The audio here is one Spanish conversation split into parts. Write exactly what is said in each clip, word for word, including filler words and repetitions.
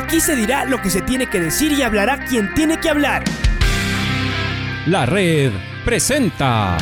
Aquí se dirá lo que se tiene que decir y hablará quien tiene que hablar. La Red presenta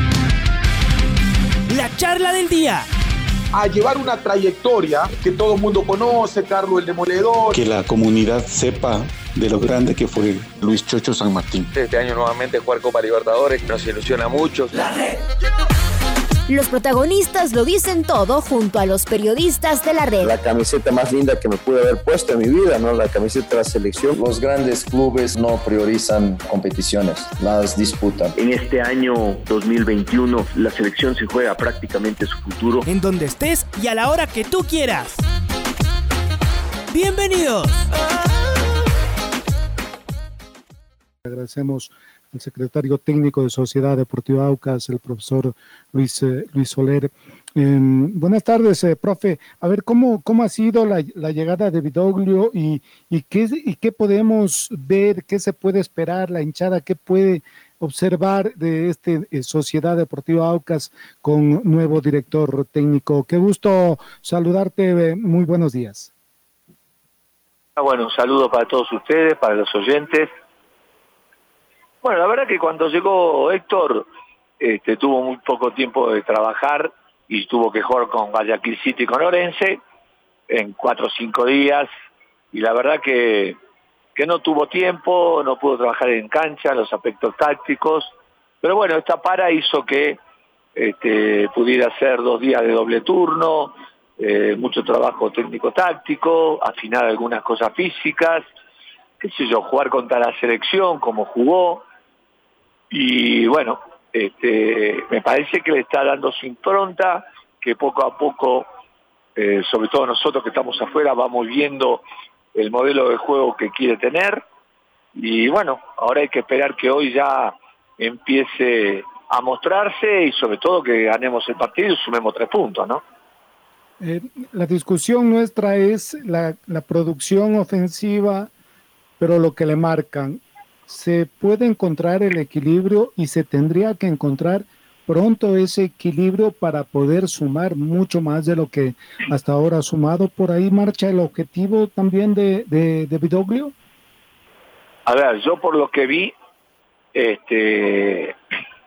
La charla del día. A llevar una trayectoria que todo el mundo conoce, Carlos el Demoledor. Que la comunidad sepa de lo grande que fue Luis Chocho San Martín. Este año nuevamente jugar Copa Libertadores nos ilusiona mucho. La Red. Los protagonistas lo dicen todo junto a los periodistas de la red. La camiseta más linda que me pude haber puesto en mi vida, ¿no? La camiseta de la selección. Los grandes clubes no priorizan competiciones, las disputan. En este año dos mil veintiuno la selección se juega prácticamente su futuro. En donde estés y a la hora que tú quieras. ¡Bienvenidos! Agradecemos al secretario técnico de Sociedad Deportiva Aucas, el profesor Luis, eh, Luis Soler. Eh, buenas tardes, eh, profe. A ver, ¿cómo, cómo ha sido la, la llegada de Vidoglio y, y, qué, y qué podemos ver, qué se puede esperar, la hinchada, qué puede observar de este eh, Sociedad Deportiva Aucas con nuevo director técnico? Qué gusto saludarte, eh, muy buenos días. Bueno, un saludo para todos ustedes, para los oyentes. Bueno, la verdad que cuando llegó Héctor, este, tuvo muy poco tiempo de trabajar y tuvo que jugar con Guayaquil City y con Orense en cuatro o cinco días, y la verdad que, que no tuvo tiempo, no pudo trabajar en cancha, los aspectos tácticos, pero bueno, esta para hizo que este, pudiera hacer dos días de doble turno, eh, mucho trabajo técnico-táctico, afinar algunas cosas físicas, qué sé yo, jugar contra la selección como jugó. Y bueno, este, me parece que le está dando su impronta, que poco a poco, eh, sobre todo nosotros que estamos afuera, vamos viendo el modelo de juego que quiere tener. Y bueno, ahora hay que esperar que hoy ya empiece a mostrarse y sobre todo que ganemos el partido y sumemos tres puntos, ¿no? Eh, la discusión nuestra es la, la producción ofensiva, pero lo que le marcan. Se puede encontrar el equilibrio y se tendría que encontrar pronto ese equilibrio para poder sumar mucho más de lo que hasta ahora ha sumado. ¿Por ahí marcha el objetivo también de, de, de Vidoglio? A ver, yo por lo que vi, este,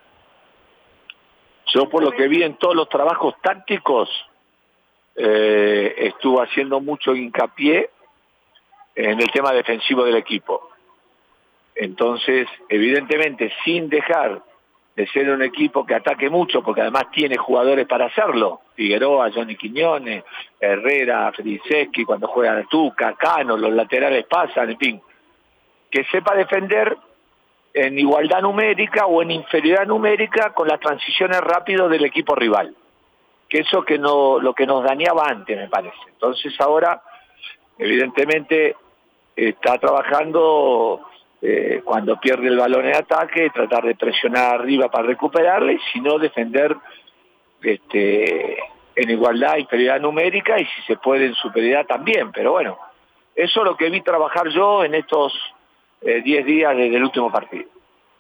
yo por lo que vi en todos los trabajos tácticos, eh, estuvo haciendo mucho hincapié en el tema defensivo del equipo. Entonces, evidentemente, sin dejar de ser un equipo que ataque mucho, porque además tiene jugadores para hacerlo, Figueroa, Johnny Quiñones, Herrera, Friseschi, cuando juega la Tuca, Cano, los laterales pasan, en fin, que sepa defender en igualdad numérica o en inferioridad numérica con las transiciones rápidas del equipo rival, que eso que no, lo que nos dañaba antes, me parece. Entonces ahora, evidentemente, está trabajando eh, cuando pierde el balón en ataque, tratar de presionar arriba para recuperarle, y si no, defender este, en igualdad, inferioridad numérica, y si se puede en superioridad también. Pero bueno, eso es lo que vi trabajar yo en estos diez eh, días desde el último partido.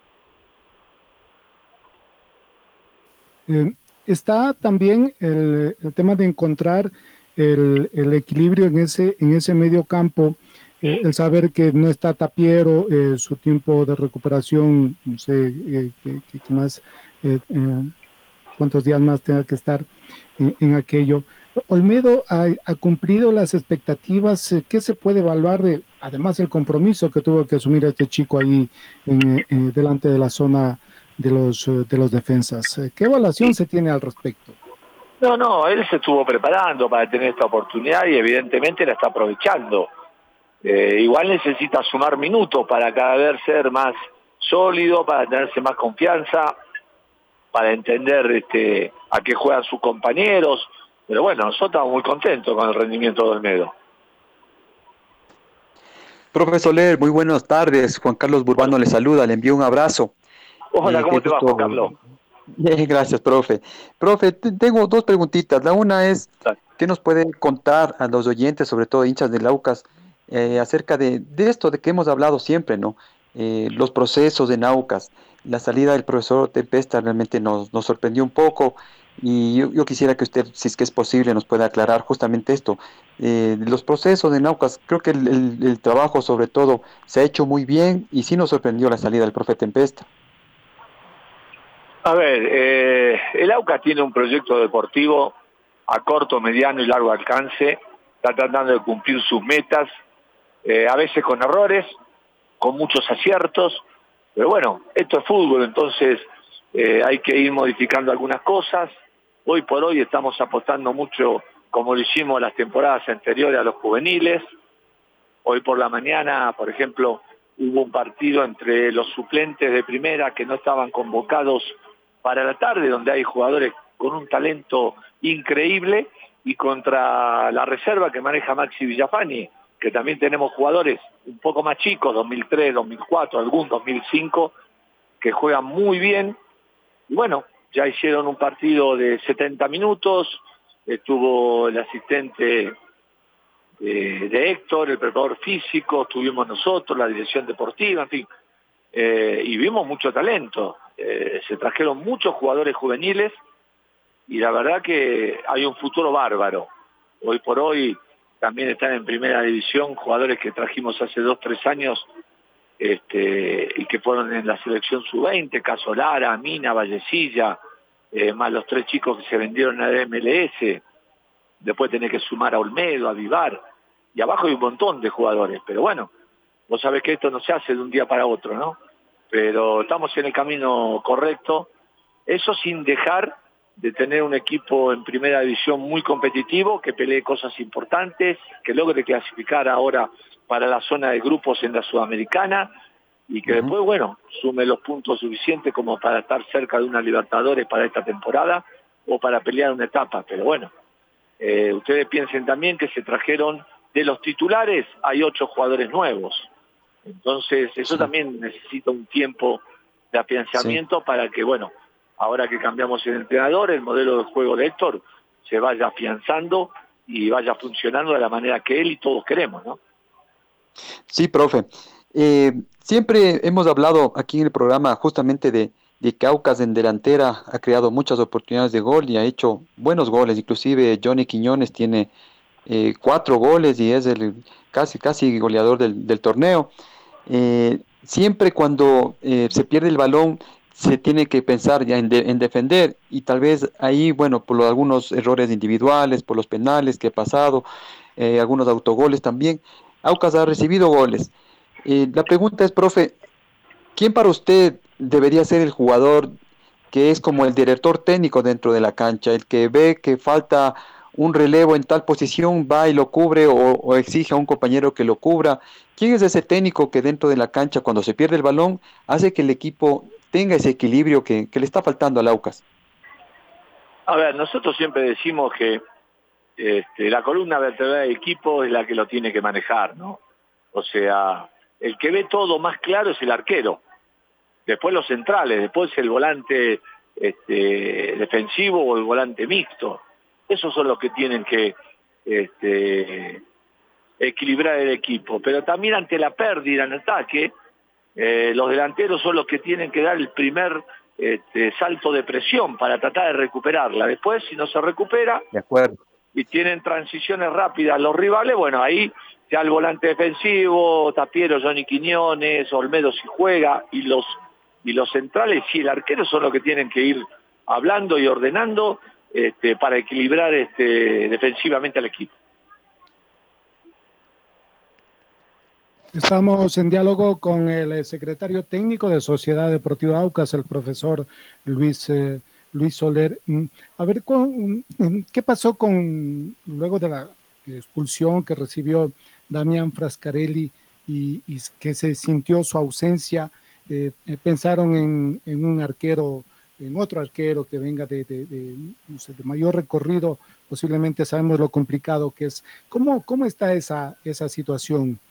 Eh, está también el, el tema de encontrar el, el equilibrio en ese, en ese medio campo. Eh, el saber que no está Tapiero, eh, su tiempo de recuperación, no sé eh, que, que más, eh, eh, cuántos días más tenga que estar en, en aquello. Olmedo ha, ha cumplido las expectativas. eh, ¿Qué se puede evaluar de, además el compromiso que tuvo que asumir este chico ahí en, en, delante de la zona de los, de los defensas? ¿Qué evaluación se tiene al respecto? No, no, él se estuvo preparando para tener esta oportunidad y evidentemente la está aprovechando. Eh, igual necesita sumar minutos para cada vez ser más sólido, para tenerse más confianza, para entender este, a qué juegan sus compañeros. Pero bueno, nosotros estamos muy contentos con el rendimiento de Olmedo. Profe Soler, muy buenas tardes. Juan Carlos Burbano le saluda, le envío un abrazo. Hola, eh, ¿cómo te va, Juan Carlos? Eh, gracias, profe. Profe, tengo dos preguntitas. La una es, ¿qué nos puede contar a los oyentes, sobre todo hinchas del Aucas, eh, acerca de, de esto de que hemos hablado siempre, ¿no? Eh, los procesos en Aucas. La salida del profesor Tempesta realmente nos, nos sorprendió un poco. Y yo, yo quisiera que usted, si es que es posible, nos pueda aclarar justamente esto. Eh, los procesos de Naucas, creo que el, el, el trabajo sobre todo se ha hecho muy bien y sí nos sorprendió la salida del profe Tempesta. A ver, eh, el Aucas tiene un proyecto deportivo a corto, mediano y largo alcance, está tratando de cumplir sus metas, eh, a veces con errores, con muchos aciertos, pero bueno, esto es fútbol, entonces eh, hay que ir modificando algunas cosas. Hoy por hoy estamos apostando mucho, como lo hicimos las temporadas anteriores, a los juveniles. Hoy por la mañana, por ejemplo, hubo un partido entre los suplentes de primera que no estaban convocados para la tarde, donde hay jugadores con un talento increíble, y contra la reserva que maneja Maxi Villafani, que también tenemos jugadores un poco más chicos, dos mil tres, dos mil cuatro, algún dos mil cinco, que juegan muy bien. Y bueno, ya hicieron un partido de setenta minutos, estuvo el asistente de, de Héctor, el preparador físico, estuvimos nosotros, la dirección deportiva, en fin, eh, y vimos mucho talento. Eh, se trajeron muchos jugadores juveniles y la verdad que hay un futuro bárbaro. Hoy por hoy también están en primera división jugadores que trajimos hace dos, tres años este, y que fueron en la selección sub veinte, Caso Lara, Mina, Vallecilla, eh, más los tres chicos que se vendieron a la M L S. Después tenés que sumar a Olmedo, a Vivar, y abajo hay un montón de jugadores, pero bueno, vos sabés que esto no se hace de un día para otro, ¿no? Pero estamos en el camino correcto, eso sin dejar de tener un equipo en primera división muy competitivo, que pelee cosas importantes, que logre clasificar ahora para la zona de grupos en la Sudamericana, y que uh-huh. después, bueno, sume los puntos suficientes como para estar cerca de una Libertadores para esta temporada, o para pelear una etapa, pero bueno, eh, ustedes piensen también que se trajeron de los titulares, hay ocho jugadores nuevos, entonces eso sí. también necesita un tiempo de afianzamiento sí. para que, bueno, ahora que cambiamos el entrenador, el modelo de juego de Héctor se vaya afianzando y vaya funcionando de la manera que él y todos queremos, ¿no? Sí, profe. Eh, siempre hemos hablado aquí en el programa justamente de, de que Aucas en delantera ha creado muchas oportunidades de gol y ha hecho buenos goles. Inclusive Johnny Quiñones tiene eh, cuatro goles y es el casi, casi goleador del, del torneo. Eh, siempre cuando eh, se pierde el balón, se tiene que pensar ya en, de, en defender, y tal vez ahí, bueno, por los, algunos errores individuales, por los penales que ha pasado, eh, algunos autogoles también, Aucas ha recibido goles. Eh, la pregunta es, profe, ¿quién para usted debería ser el jugador que es como el director técnico dentro de la cancha, el que ve que falta un relevo en tal posición, va y lo cubre o, o exige a un compañero que lo cubra? ¿Quién es ese técnico que dentro de la cancha, cuando se pierde el balón, hace que el equipo tenga ese equilibrio que, que le está faltando al Aucas? A ver, nosotros siempre decimos que este, la columna vertebral del equipo es la que lo tiene que manejar, ¿no? O sea, el que ve todo más claro es el arquero, después los centrales, después el volante este, defensivo o el volante mixto. Esos son los que tienen que este, equilibrar el equipo, pero también ante la pérdida en ataque, Eh, los delanteros son los que tienen que dar el primer este, salto de presión para tratar de recuperarla. Después, si no se recupera de acuerdo. y tienen transiciones rápidas los rivales, bueno, ahí ya el volante defensivo, Tapiero, Johnny Quiñones, Olmedo si juega, y los, y los centrales y el arquero son los que tienen que ir hablando y ordenando este, para equilibrar este, defensivamente al equipo. Estamos en diálogo con el secretario técnico de Sociedad Deportiva Aucas, el profesor Luis, eh, Luis Soler. A ver, con, ¿qué pasó con luego de la expulsión que recibió Damián Frascarelli y, y que se sintió su ausencia? Eh, ¿Pensaron en, en un arquero, en otro arquero que venga de, de, de, no sé, de mayor recorrido? Posiblemente sabemos lo complicado que es. ¿Cómo, cómo está esa, esa situación?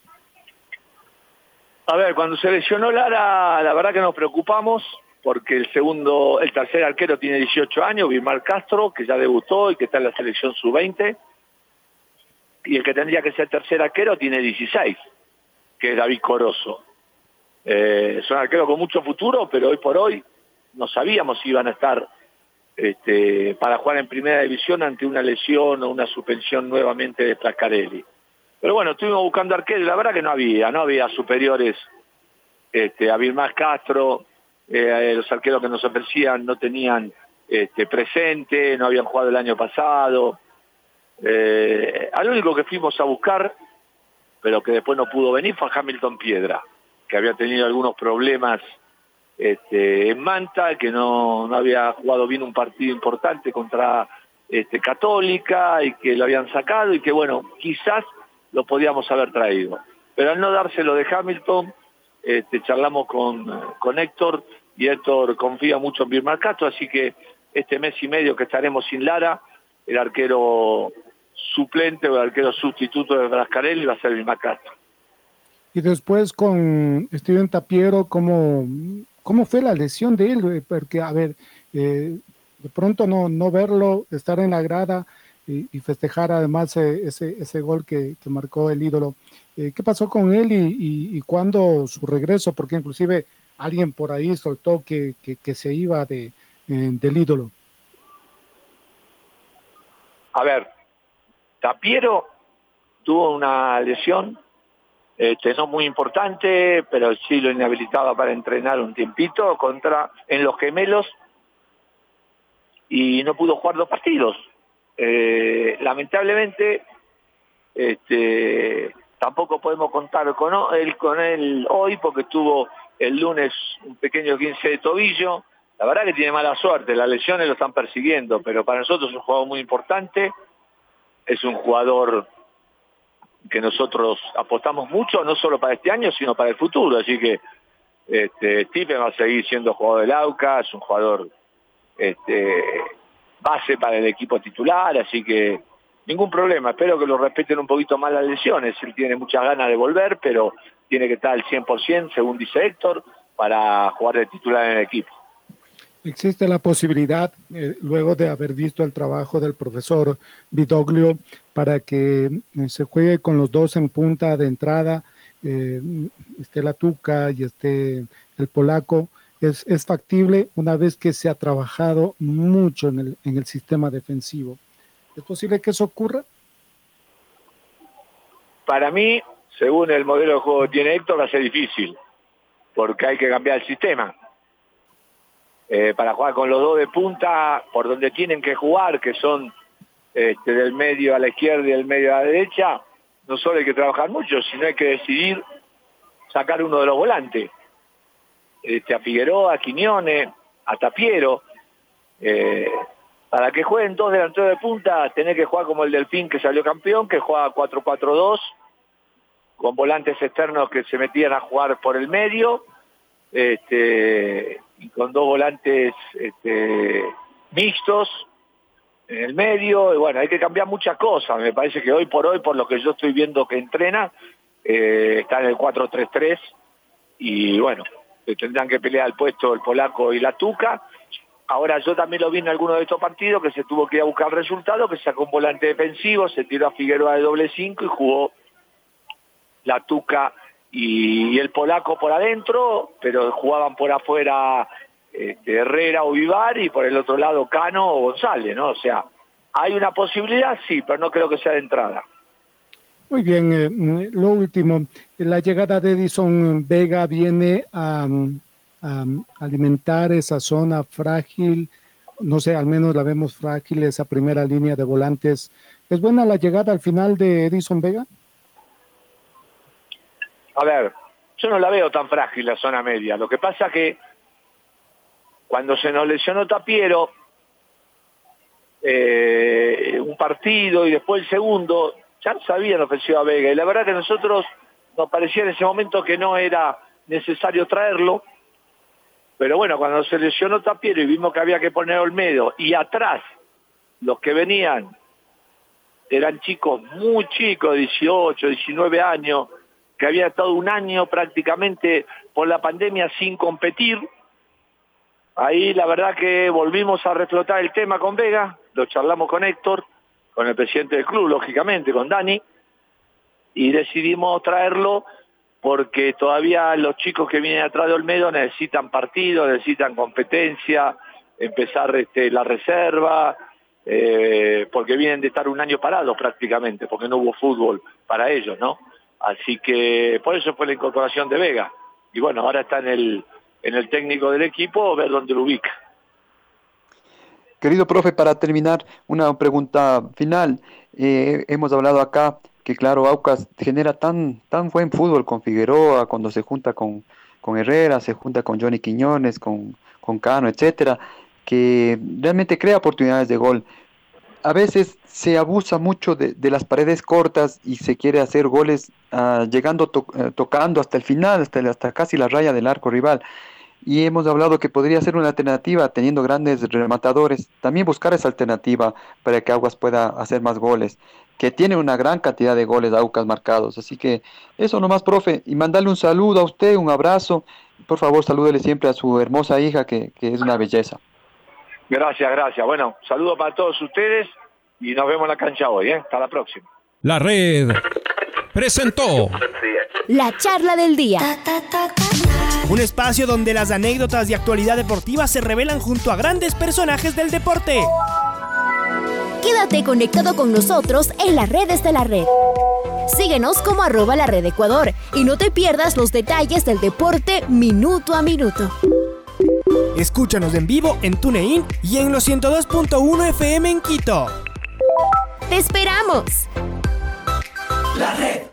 A ver, cuando se lesionó Lara, la verdad que nos preocupamos, porque el segundo, el tercer arquero tiene dieciocho años, Vilmar Castro, que ya debutó y que está en la selección sub veinte, y el que tendría que ser tercer arquero tiene dieciséis, que es David Corozo. Eh, son arqueros con mucho futuro, pero hoy por hoy no sabíamos si iban a estar este, para jugar en primera división ante una lesión o una suspensión nuevamente de Frascarelli. Pero bueno, estuvimos buscando arqueros y la verdad que no había, no había superiores este, a Vilmás Castro, eh, los arqueros que nos ofrecían no tenían este, presente, no habían jugado el año pasado. Eh, al único que fuimos a buscar, pero que después no pudo venir, fue Hamilton Piedra, que había tenido algunos problemas este, en Manta, que no, no había jugado bien un partido importante contra este, Católica y que lo habían sacado y que bueno, quizás lo podíamos haber traído. Pero al no dárselo de Hamilton, este, charlamos con, con Héctor y Héctor confía mucho en Vilmás Castro, así que este mes y medio que estaremos sin Lara, el arquero suplente o el arquero sustituto de Frascarelli va a ser Vilmás Castro. Y después con Steven Tapiero, ¿cómo, cómo fue la lesión de él? Porque, a ver, eh, de pronto no, no verlo, estar en la grada y, y festejar además ese, ese gol que, que marcó el ídolo. Eh, ¿Qué pasó con él y, y, y cuándo su regreso? Porque inclusive alguien por ahí soltó que, que, que se iba de, eh, del ídolo. A ver, Tapiero tuvo una lesión, este, no muy importante, pero sí lo inhabilitaba para entrenar un tiempito contra en los Gemelos y no pudo jugar dos partidos. Eh, lamentablemente, este, tampoco podemos contar con él, con él hoy porque tuvo el lunes un pequeño quince de tobillo. La verdad que tiene mala suerte, las lesiones lo están persiguiendo, pero para nosotros es un jugador muy importante, es un jugador que nosotros apostamos mucho, no solo para este año, sino para el futuro, así que este, Tipe va a seguir siendo jugador del Aucas, es un jugador este, base para el equipo titular, así que ningún problema, espero que lo respeten un poquito más las lesiones, él tiene muchas ganas de volver, pero tiene que estar al cien por ciento, según dice Héctor, para jugar de titular en el equipo. Existe la posibilidad, eh, luego de haber visto el trabajo del profesor Vidoglio, para que eh, se juegue con los dos en punta de entrada, eh, esté la Tuca y esté el polaco. Es, es factible una vez que se ha trabajado mucho en el, en el sistema defensivo. ¿Es posible que eso ocurra? Para mí, según el modelo de juego que tiene Héctor, va a ser difícil, porque hay que cambiar el sistema. Eh, para jugar con los dos de punta, por donde tienen que jugar, que son este, del medio a la izquierda y del medio a la derecha, no solo hay que trabajar mucho, sino hay que decidir sacar uno de los volantes. Este, a Figueroa, a Quiñones, a Tapiero. Eh, para que jueguen dos delanteros de punta, tenés que jugar como el Delfín que salió campeón, que juega cuatro cuatro dos, con volantes externos que se metían a jugar por el medio, este, y con dos volantes este, mixtos en el medio, y bueno, hay que cambiar muchas cosas. Me parece que hoy por hoy, por lo que yo estoy viendo que entrena, eh, está en el cuatro tres tres, y bueno, tendrán que pelear el puesto el polaco y la Tuca. Ahora yo también lo vi en algunos de estos partidos, que se tuvo que ir a buscar resultados, que sacó un volante defensivo, se tiró a Figueroa de doble cinco y jugó la Tuca y el polaco por adentro, pero jugaban por afuera este, Herrera o Vivar, y por el otro lado Cano o González, ¿no? O sea, hay una posibilidad, sí, pero no creo que sea de entrada. Muy bien, eh, lo último, la llegada de Edison Vega viene a, a alimentar esa zona frágil, no sé, al menos la vemos frágil, esa primera línea de volantes. ¿Es buena la llegada al final de Edison Vega? A ver, yo no la veo tan frágil la zona media. Lo que pasa que cuando se nos lesionó Tapiero, eh, un partido y después el segundo, ya sabían ofensiva a Vega. Y la verdad que a nosotros nos parecía en ese momento que no era necesario traerlo. Pero bueno, cuando se lesionó Tapiero y vimos que había que poner Olmedo, y atrás los que venían eran chicos muy chicos, dieciocho, diecinueve años, que había estado un año prácticamente por la pandemia sin competir. Ahí la verdad que volvimos a reflotar el tema con Vega, lo charlamos con Héctor, con el presidente del club, lógicamente, con Dani, y decidimos traerlo porque todavía los chicos que vienen atrás de Olmedo necesitan partido, necesitan competencia, empezar este, la reserva, eh, porque vienen de estar un año parados prácticamente, porque no hubo fútbol para ellos, ¿no? Así que por eso fue la incorporación de Vega. Y bueno, ahora está en el, en el técnico del equipo, ver dónde lo ubica. Querido profe, para terminar, una pregunta final. Eh, hemos hablado acá que, claro, Aucas genera tan, tan buen fútbol con Figueroa, cuando se junta con, con Herrera, se junta con Johnny Quiñones, con, con Cano, etcétera, que realmente crea oportunidades de gol. A veces se abusa mucho de, de las paredes cortas y se quiere hacer goles uh, llegando, to, uh, tocando hasta el final, hasta, hasta casi la raya del arco rival. Y hemos hablado que podría ser una alternativa, teniendo grandes rematadores, también buscar esa alternativa para que Aucas pueda hacer más goles, que tiene una gran cantidad de goles Aucas marcados. Así que eso nomás, profe, y mandarle un saludo a usted, un abrazo. Por favor, salúdele siempre a su hermosa hija, que, que es una belleza. Gracias, gracias. Bueno, saludo para todos ustedes y nos vemos en la cancha hoy, ¿eh? Hasta la próxima. La Red presentó la charla del día. Un espacio donde las anécdotas de actualidad deportiva se revelan junto a grandes personajes del deporte. Quédate conectado con nosotros en las redes de la Red. Síguenos como arroba la Red Ecuador y no te pierdas los detalles del deporte minuto a minuto. Escúchanos en vivo en TuneIn y en los ciento dos punto uno F M en Quito. ¡Te esperamos! La Red.